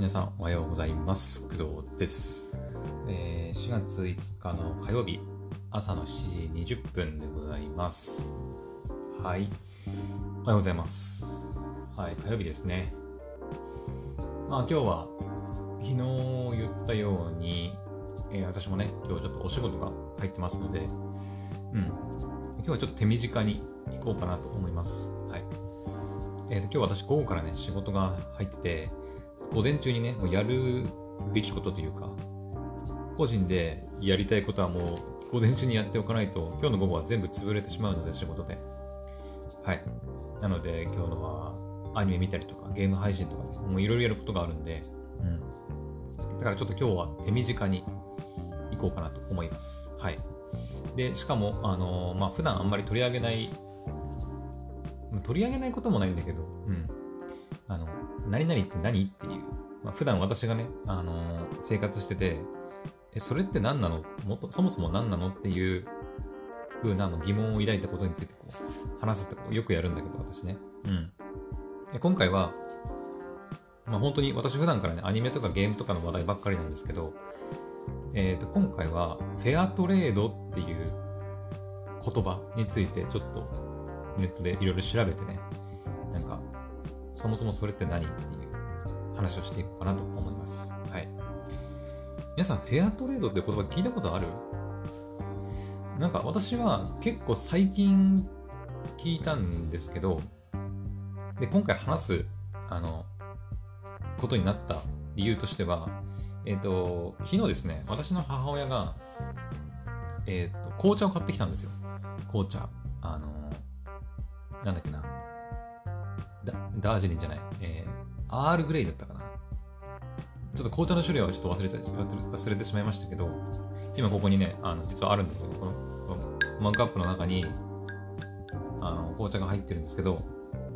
皆さんおはようございます。工藤です。4月5日の火曜日朝の7時20分でございます。はい、おはようございます。はい、火曜日ですね。今日は昨日言ったように、私もね今日ちょっとお仕事が入ってますので、今日はちょっと手短に行こうかなと思います。はい。今日私午後からね仕事が入ってて、午前中にねもうやるべきことというか、個人でやりたいことはもう午前中にやっておかないと今日の午後は全部潰れてしまうので、仕事で。はい。なので今日のはアニメ見たりとかゲーム配信とかね、もういろいろやることがあるんで、だからちょっと今日は手短に行こうかなと思います。はい。でしかも普段あんまり取り上げないこともないんだけど、何々って何っていう、普段私がね、生活してて、それって何なの、そもそも何なのっていう風な疑問を抱いたことについてこう話すってよくやるんだけど、私ね。今回は、本当に私普段からね、アニメとかゲームとかの話題ばっかりなんですけど、今回はフェアトレードっていう言葉についてちょっとネットでいろいろ調べてね、そもそもそれって何っていう話をしていこうかなと思います。はい。皆さん、フェアトレードって言葉聞いたことある？私は結構最近聞いたんですけど、で、今回話す、ことになった理由としては、昨日ですね、私の母親が、紅茶を買ってきたんですよ。紅茶。なんだっけな。ダージリンじゃない。アールグレイだったかな。ちょっと紅茶の種類はちょっと忘れてしまいましたけど、今ここにね、実はあるんですよ。このマグカップの中に、紅茶が入ってるんですけど、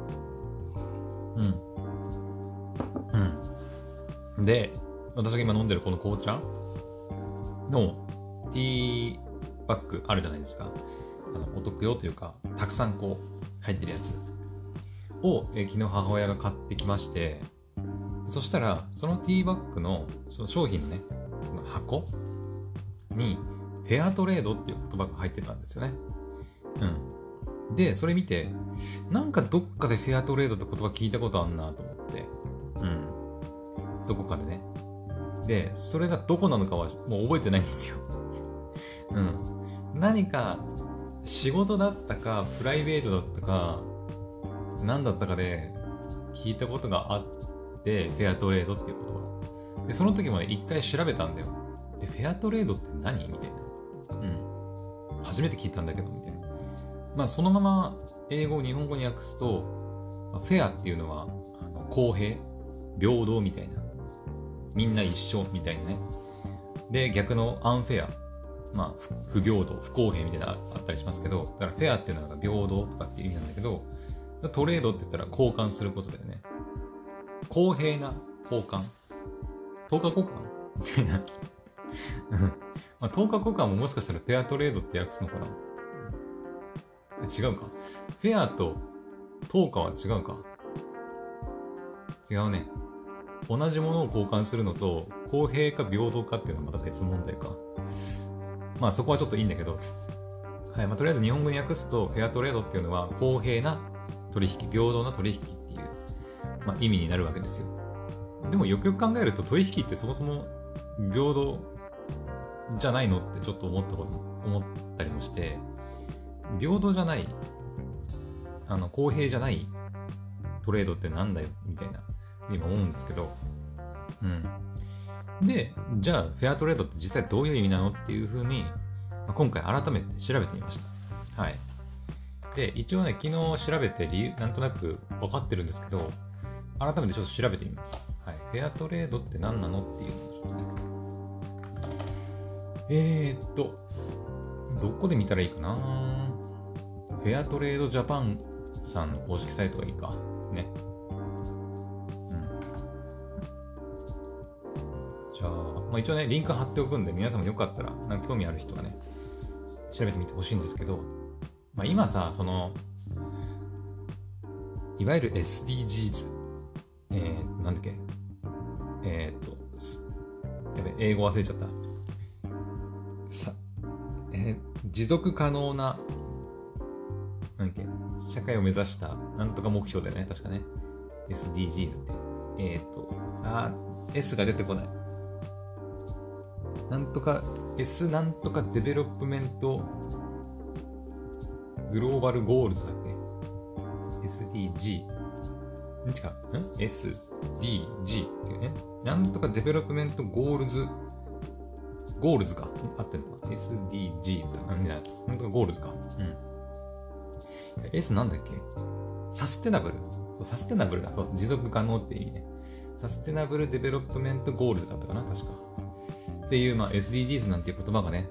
で、私が今飲んでるこの紅茶のティーバッグあるじゃないですか。お得用というか、たくさんこう入ってるやつを、昨日母親が買ってきまして、そしたらそのティーバッグのその商品のね、その箱にフェアトレードっていう言葉が入ってたんですよね。でそれ見て、どっかでフェアトレードって言葉聞いたことあんなと思って、どこかでね。でそれがどこなのかはもう覚えてないんですよ。何か仕事だったかプライベートだったか何だったかで聞いたことがあって、フェアトレードっていう言葉で、その時もね一回調べたんだよ。フェアトレードって何みたいな。初めて聞いたんだけどみたいな。そのまま英語を日本語に訳すと、フェアっていうのは公平、平等みたいな、みんな一緒みたいなね。で逆のアンフェア、不平等、不公平みたいなあったりしますけど、だからフェアっていうのが平等とかっていう意味なんだけど、トレードって言ったら交換することだよね。公平な交換、10日交換みたいな。10日交換ももしかしたらフェアトレードって訳すのかな。違うか。フェアと10日は違うか。違うね。同じものを交換するのと公平か平等かっていうのはまた別問題か。そこはちょっといいんだけど、はい。とりあえず日本語に訳すとフェアトレードっていうのは公平な取引、平等な取引っていう、意味になるわけですよ。でもよくよく考えると、取引ってそもそも平等じゃないのってちょっと思ったりもして、平等じゃない、公平じゃないトレードってなんだよみたいな今思うんですけど、でじゃあフェアトレードって実際どういう意味なのっていう風に、今回改めて調べてみました。はい。で一応ね、昨日調べて理由なんとなく分かってるんですけど、改めてちょっと調べてみます。はい。フェアトレードって何なのっていうのをちょっとどこで見たらいいかな。フェアトレードジャパンさんの公式サイトがいいかね。じゃあ、一応ねリンク貼っておくんで、皆さんもよかったら興味ある人はね調べてみてほしいんですけど、今さ、いわゆる SDGs、なんだっけ、 やべ、英語忘れちゃった。持続可能な、なんだっけ、社会を目指したなんとか目標だよね、確かね。SDGs って。S が出てこない。なんとか、S なんとかデベロップメントグローバルゴールズだっけ？ SDG。SDG ってね。なんとかデベロップメントゴールズか。合ってんのか ?SDGs だ。なんとかゴールズか。S なんだっけ？サステナブル。そう、サステナブルだ。そう、持続可能って意味ね。サステナブルデベロップメントゴールズだったかな、確か。っていう、SDGs なんていう言葉がね、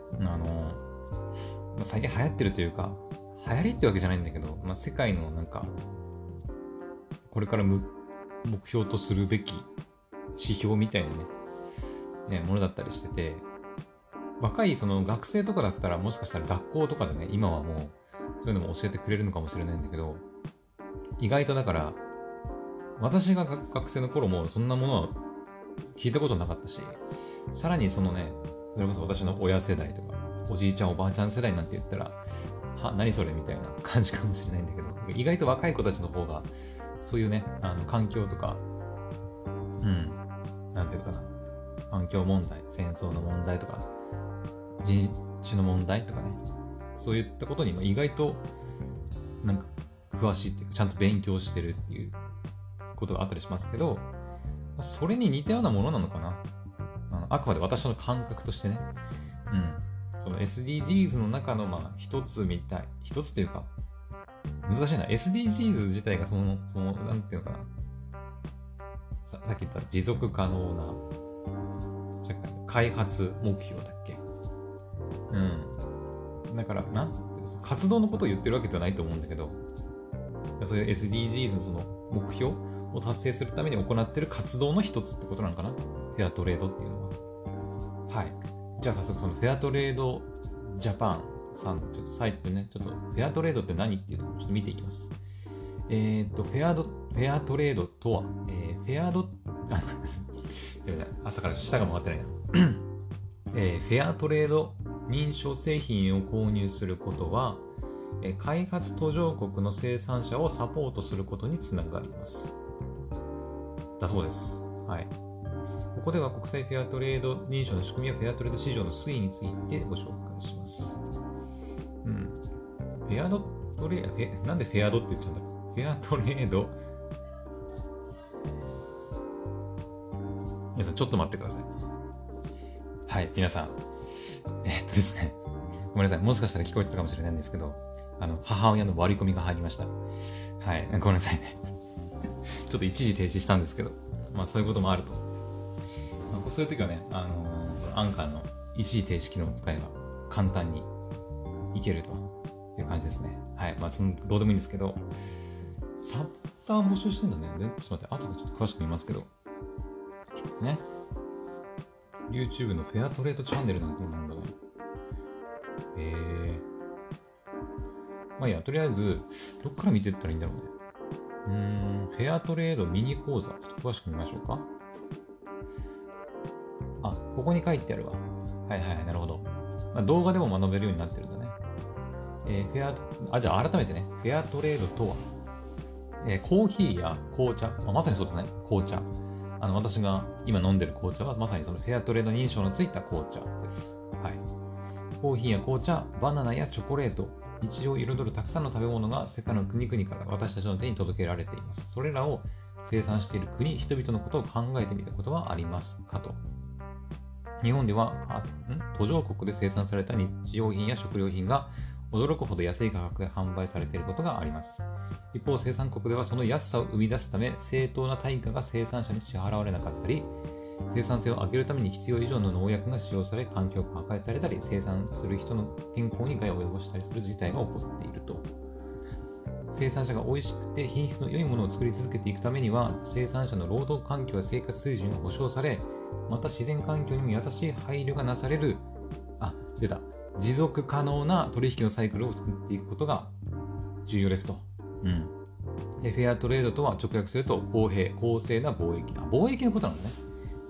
最近流行ってるというか、流行りってわけじゃないんだけど、世界のなんか、これから目標とするべき指標みたいなね、ものだったりしてて、若いその学生とかだったらもしかしたら学校とかでね、今はもうそういうのも教えてくれるのかもしれないんだけど、意外とだから、私が学生の頃もそんなものは聞いたことなかったし、さらにそのね、それこそ私の親世代とか、おじいちゃんおばあちゃん世代なんて言ったら、何それみたいな感じかもしれないんだけど、意外と若い子たちの方が、そういうね、環境とか、なんていうかな、環境問題、戦争の問題とか、人種の問題とかね、そういったことにも意外と、なんか、詳しいっていうか、ちゃんと勉強してるっていうことがあったりしますけど、それに似たようなものなのかな。あくまで私の感覚としてね、その SDGs の中の一つっていうか、難しいな。SDGs 自体がそのなんていうのかな。さっき言った持続可能な社会、開発目標だっけ？だから、活動のことを言ってるわけではないと思うんだけど、そういう SDGs のその目標を達成するために行っている活動の一つってことなのかな？フェアトレードっていうのは。はい。じゃあ早速そのフェアトレードジャパンさんのちょっとサイトでね、ちょっとフェアトレードって何っていうのをちょっと見ていきます。フェアトレードとは、朝から舌が回ってないな。フェアトレード認証製品を購入することは、開発途上国の生産者をサポートすることにつながります。だそうです。はい。ここでは国際フェアトレード認証の仕組みやフェアトレード市場の推移についてご紹介します。なんでフェアドって言っちゃうんだろう。フェアトレード。皆さんちょっと待ってください。はい、皆さん。ですね。ごめんなさい。もしかしたら聞こえてたかもしれないんですけど、母親の割り込みが入りました。はい、ごめんなさいね。ちょっと一時停止したんですけど、そういうこともあると。そういう時はね、アンカーの一時停止機能を使えば簡単にいけるという感じですね。はい。どうでもいいんですけど、サポーター募集してんだね。ちょっと待って、後でちょっと詳しく見ますけど、ちょっとね、YouTube のフェアトレードチャンネルなんていうのなんだね。いや、とりあえず、どっから見ていったらいいんだろうね。フェアトレードミニ講座、ちょっと詳しく見ましょうか。ここに書いてあるわ。はい、なるほど。動画でも学べるようになってるんだね。じゃあ改めてね、フェアトレードとは、コーヒーや紅茶、まさにそうだね、紅茶。私が今飲んでる紅茶はまさにそのフェアトレード認証のついた紅茶です。はい。コーヒーや紅茶、バナナやチョコレート、日常を彩るたくさんの食べ物が世界の国々から私たちの手に届けられています。それらを生産している国、人々のことを考えてみたことはありますかと。日本では途上国で生産された日用品や食料品が驚くほど安い価格で販売されていることがあります。一方、生産国ではその安さを生み出すため正当な対価が生産者に支払われなかったり、生産性を上げるために必要以上の農薬が使用され、環境が破壊されたり、生産する人の健康に害を及ぼしたりする事態が起こっていると。生産者が美味しくて品質の良いものを作り続けていくためには、生産者の労働環境や生活水準が保障され、また自然環境にも優しい配慮がなされる、持続可能な取引のサイクルを作っていくことが重要ですと。でフェアトレードとは直訳すると公平、公正な貿易。貿易のことなのね。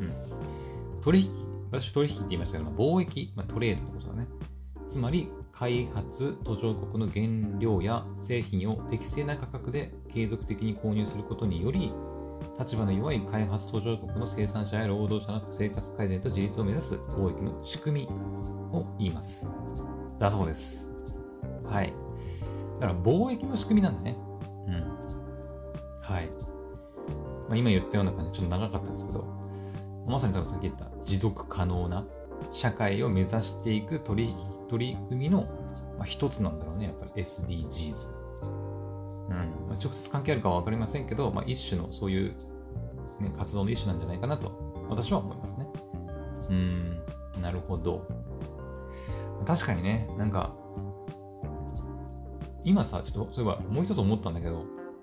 私取引って言いましたけど、貿易、トレードのことだね。つまり、開発途上国の原料や製品を適正な価格で継続的に購入することにより、立場の弱い開発途上国の生産者や労働者の生活改善と自立を目指す貿易の仕組みを言います。だそうです。はい。だから貿易の仕組みなんだね。うん。はい。今言ったような感じでちょっと長かったですけど、まさに多分さっき言った持続可能な社会を目指していく取り組みの一つなんだろうね。やっぱり SDGs。直接関係あるかは分かりませんけど、一種のそういう、ね、活動の一種なんじゃないかなと私は思いますね。なるほど。確かにね、なんか今さ、ちょっとそういえばもう一つ思ったんだけど、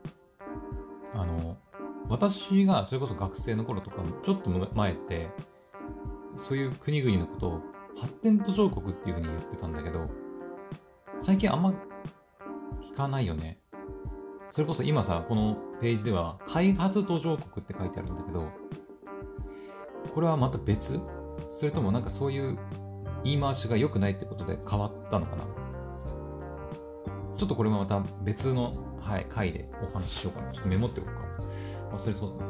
私がそれこそ学生の頃とかちょっと前ってそういう国々のことを発展途上国っていう風に言ってたんだけど、最近あんま聞かないよね。それこそ今さ、このページでは開発途上国って書いてあるんだけど、これはまた別？それともなんかそういう言い回しが良くないってことで変わったのかな。ちょっとこれもまた別の、回でお話ししようかな。ちょっとメモっておくか。忘れそうだな。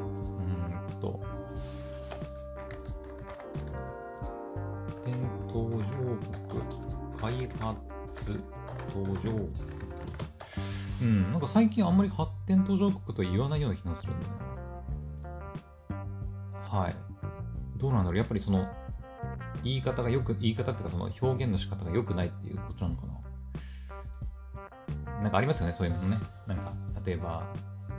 発展途上国、開発途上国。なんか最近あんまり発展途上国とは言わないような気がするんだよな。はい。どうなんだろう。やっぱりその言い方っていうかその表現の仕方が良くないっていうことなのかな。なんかありますよね、そういうのね。なんか例えば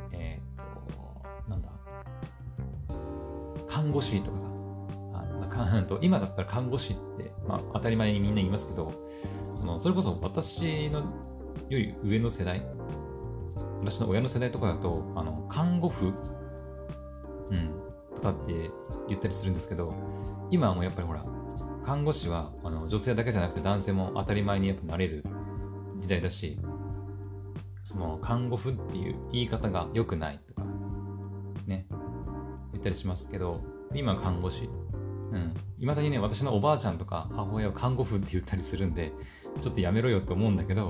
看護師とかさ、今だったら看護師って、当たり前にみんな言いますけど、それこそ私のより上の世代、私の親の世代とかだと、看護婦、とかって言ったりするんですけど、今はもうやっぱりほら、看護師は女性だけじゃなくて男性も当たり前にやっぱなれる時代だし、その看護婦っていう言い方が良くないとか、ね、言ったりしますけど、今は看護師。未だにね、私のおばあちゃんとか母親は看護婦って言ったりするんで、ちょっとやめろよって思うんだけど、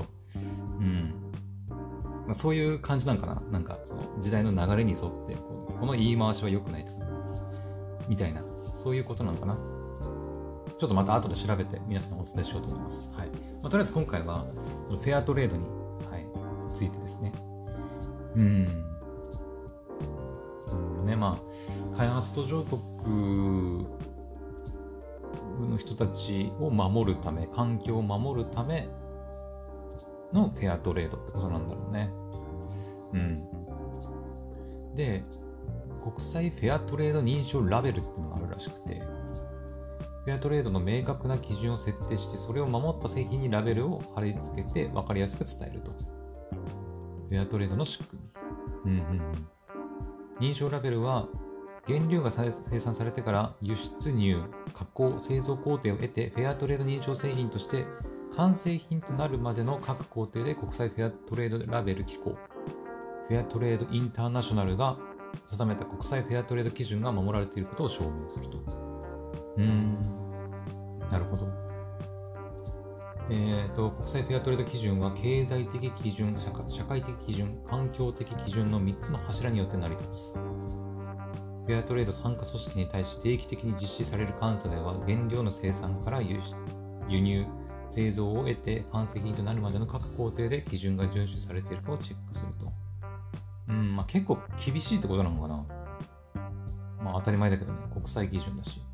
そういう感じなんかな。なんかその時代の流れに沿ってこの言い回しは良くないとかみたいな、そういうことなのかな。ちょっとまた後で調べて皆さんお伝えしようと思います。はい。とりあえず今回はフェアトレードに、ついてですね。開発途上国の人たちを守るため、環境を守るためのフェアトレードってことなんだろうね。で、国際フェアトレード認証ラベルっていうのがあるらしくて、フェアトレードの明確な基準を設定して、それを守った製品にラベルを貼り付けて分かりやすく伝えると。フェアトレードの仕組み。認証ラベルは原料が生産されてから輸出入、加工、製造工程を得てフェアトレード認証製品として完成品となるまでの各工程で国際フェアトレードラベル機構、フェアトレードインターナショナルが定めた国際フェアトレード基準が守られていることを証明すると。なるほど。国際フェアトレード基準は経済的基準、社会的基準、環境的基準の3つの柱によって成り立つ。フェアトレード参加組織に対し定期的に実施される監査では、原料の生産から輸入、製造を得て完成品となるまでの各工程で基準が遵守されているかをチェックすると。結構厳しいってことなのかな。当たり前だけどね、国際基準だし。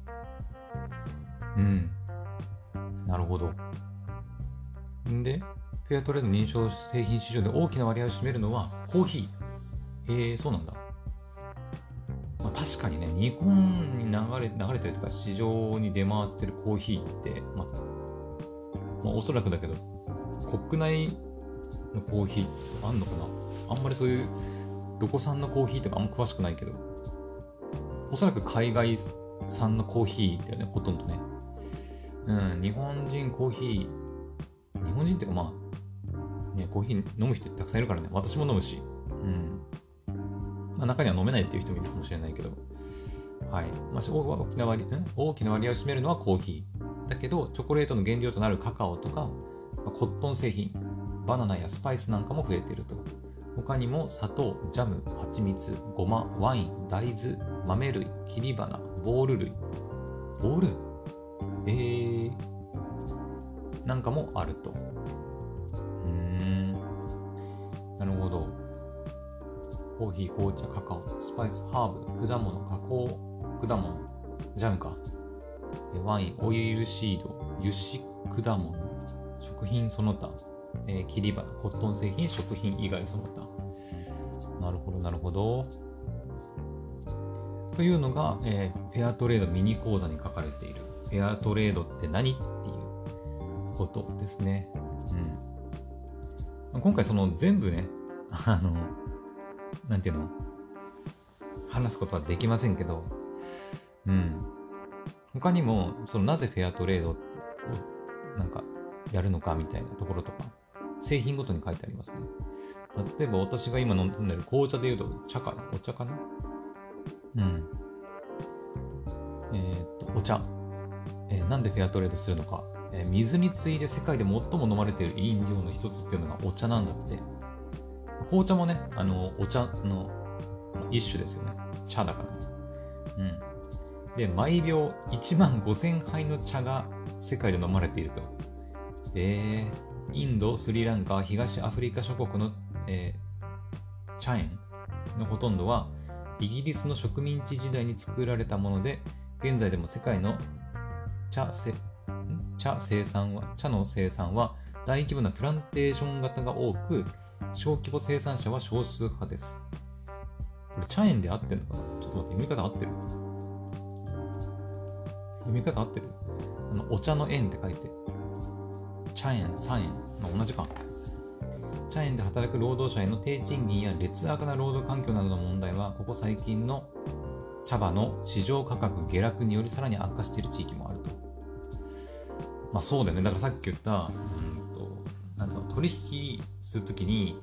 なるほど。で、フェアトレード認証製品市場で大きな割合を占めるのはコーヒー。そうなんだ。確かにね、日本に流れてるというか、市場に出回ってるコーヒーって、おそらくだけど、国内のコーヒーってあんのかな。あんまりそういうどこ産のコーヒーとかあんま詳しくないけど、おそらく海外産のコーヒーだよね、ほとんどね。日本人コーヒー、日本人っていうかコーヒー飲む人たくさんいるからね、私も飲むし、中には飲めないっていう人もいるかもしれないけど、 はい。大きな割合を占めるのはコーヒー。だけど、チョコレートの原料となるカカオとか、コットン製品、バナナやスパイスなんかも増えていると。他にも砂糖、ジャム、蜂蜜、ごま、ワイン、大豆、豆類、切り花、ボール類。ボールなんかもあると。なるほど。コーヒー、紅茶、カカオ、スパイス、ハーブ、果物、加工、果物、ジャムか。ワイン、オイルシード、油脂、果物、食品その他、切り花、コットン製品、食品以外その他。なるほど、なるほど。というのが、フェアトレードミニ講座に書かれている。フェアトレードって何っていうことですね。今回その全部ね、なんていうの、話すことはできませんけど、他にも、なぜフェアトレードをなんかやるのかみたいなところとか、製品ごとに書いてありますね。例えば私が今飲んでる紅茶でいうと、お茶かなお茶。なんでフェアトレードするのか。水に次いで世界で最も飲まれている飲料の一つっていうのがお茶なんだって。紅茶もね、お茶の一種ですよね。茶だから。で、毎秒15,000杯の茶が世界で飲まれていると。インド、スリランカ、東アフリカ諸国の、茶園のほとんどはイギリスの植民地時代に作られたもので、現在でも世界の茶の生産は大規模なプランテーション型が多く、小規模生産者は少数派です。これ茶園で合ってるのかな？ちょっと待って、読み方合ってる？お茶の園って書いて、茶園、茶園、同じか。茶園で働く労働者への低賃金や劣悪な労働環境などの問題は、ここ最近の茶葉の市場価格下落によりさらに悪化している地域もあると。そうだよね。だからさっき言った、取引するときに、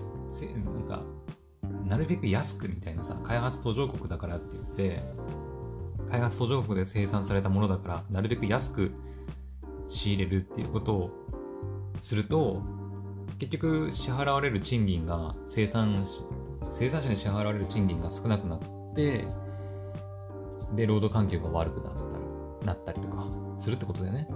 なるべく安くみたいなさ、開発途上国だからって言って、開発途上国で生産されたものだから、なるべく安く仕入れるっていうことをすると、結局支払われる賃金が生産者に支払われる賃金が少なくなって、で労働環境が悪くなったりとかするってことだよね。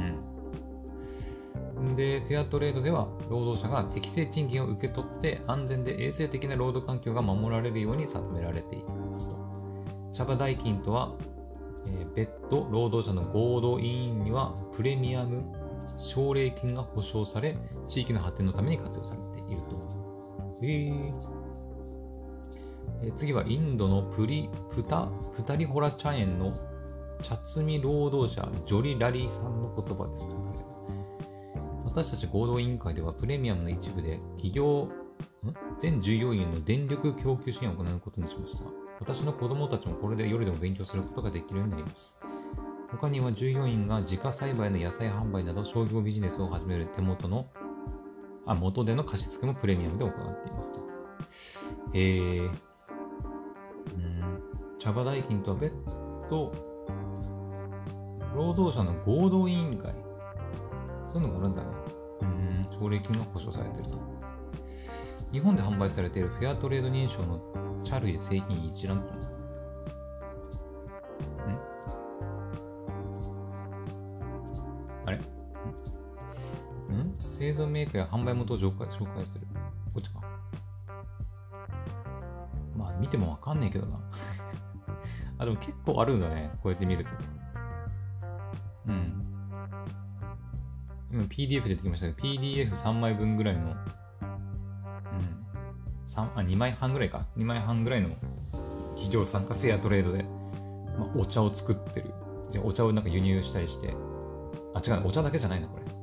でフェアトレードでは労働者が適正賃金を受け取って安全で衛生的な労働環境が守られるように定められていますと。茶葉代金とは、別途労働者の合同委員にはプレミアム奨励金が保証され、地域の発展のために活用されていると。次はインドのプタリホラ茶園の茶摘み労働者ジョリラリーさんの言葉です。私たち合同委員会ではプレミアムの一部で全従業員の電力供給支援を行うことにしました。私の子供たちもこれで夜でも勉強することができるようになります。他には従業員が自家栽培の野菜販売など商業ビジネスを始める元での貸し付けもプレミアムで行っていますと。茶葉代金とは別途労働者の合同委員会、そういうのがあるんだね。奨励金が保証されていると。日本で販売されているフェアトレード認証の茶類製品一覧ってあれ製造メーカーや販売元を紹介する。こっちか。見てもわかんないけどな。でも結構あるんだね。こうやって見ると。今 PDF 出てきましたけど、PDF3 枚分ぐらいの、2枚半ぐらいか。2枚半ぐらいの企業さんがフェアトレードで、お茶を作ってる。お茶を輸入したりして。違う、お茶だけじゃないな、これ。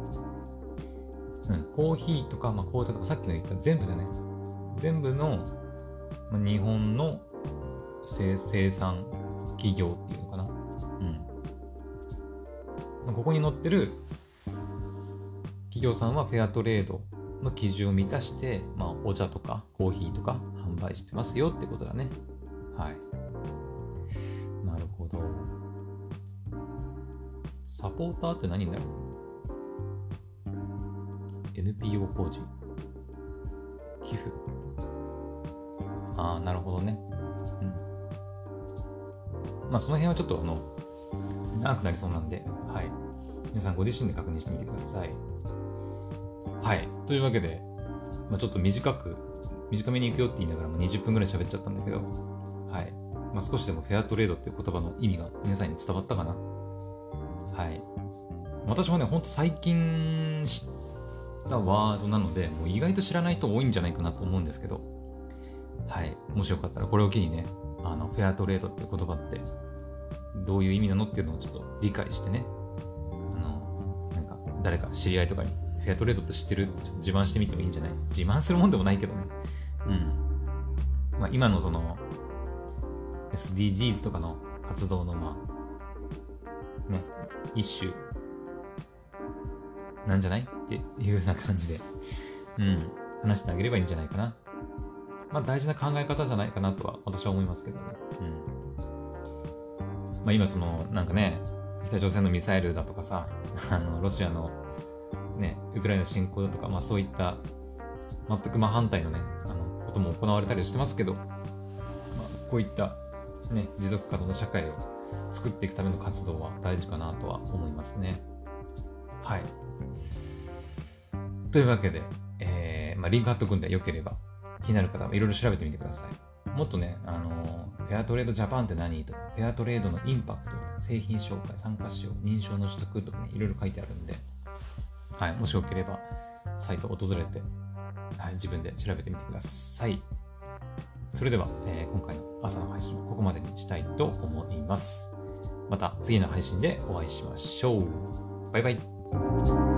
コーヒーとか、紅茶とかさっきの言った全部だね。全部の、日本の生産企業っていうのかな。ここに載ってる企業さんはフェアトレードの基準を満たして、お茶とかコーヒーとか販売してますよってことだね。はい。 ほど。サポーターって何になるの？ NPO 法人。寄付。ああ、なるほどね。うん。まあその辺はちょっと長くなりそうなんで、はい。皆さんご自身で確認してみてください。はい。というわけで、まあちょっと短めに行くよって言いながらも20分ぐらい喋っちゃったんだけど、はい。まあ少しでもフェアトレードっていう言葉の意味が皆さんに伝わったかな。はい。私もね、ほんと最近知ったワードなので、もう意外と知らない人多いんじゃないかなと思うんですけど、はい。もしよかったらこれを機にね、フェアトレードっていう言葉ってどういう意味なのっていうのをちょっと理解してね、なんか誰か知り合いとかにフェアトレードって知ってる？ちょっと自慢してみてもいいんじゃない？自慢するもんでもないけどね。うん。まあ今のその SDGs とかの活動のね、一種なんじゃないっていうような感じで、話してあげればいいんじゃないかな。まあ大事な考え方じゃないかなとは私は思いますけどね。まあ今そのなんかね、北朝鮮のミサイルだとかさ、ロシアのね、ウクライナ侵攻だとか、まあそういった全く真反対のね、ことも行われたりしてますけど、まあこういったね、持続可能な社会を作っていくための活動は大事かなとは思いますね。はい。というわけで、リンク貼っとくんでよければ気になる方はいろいろ調べてみてください。もっとね、フェアトレードジャパンって何とか、フェアトレードのインパクトとか、製品紹介、参加しよう、認証の取得とかね、いろいろ書いてあるんで、はい、もしよければサイトを訪れて、はい、自分で調べてみてください。それでは、今回の朝の配信はここまでにしたいと思います。また次の配信でお会いしましょう。バイバイ。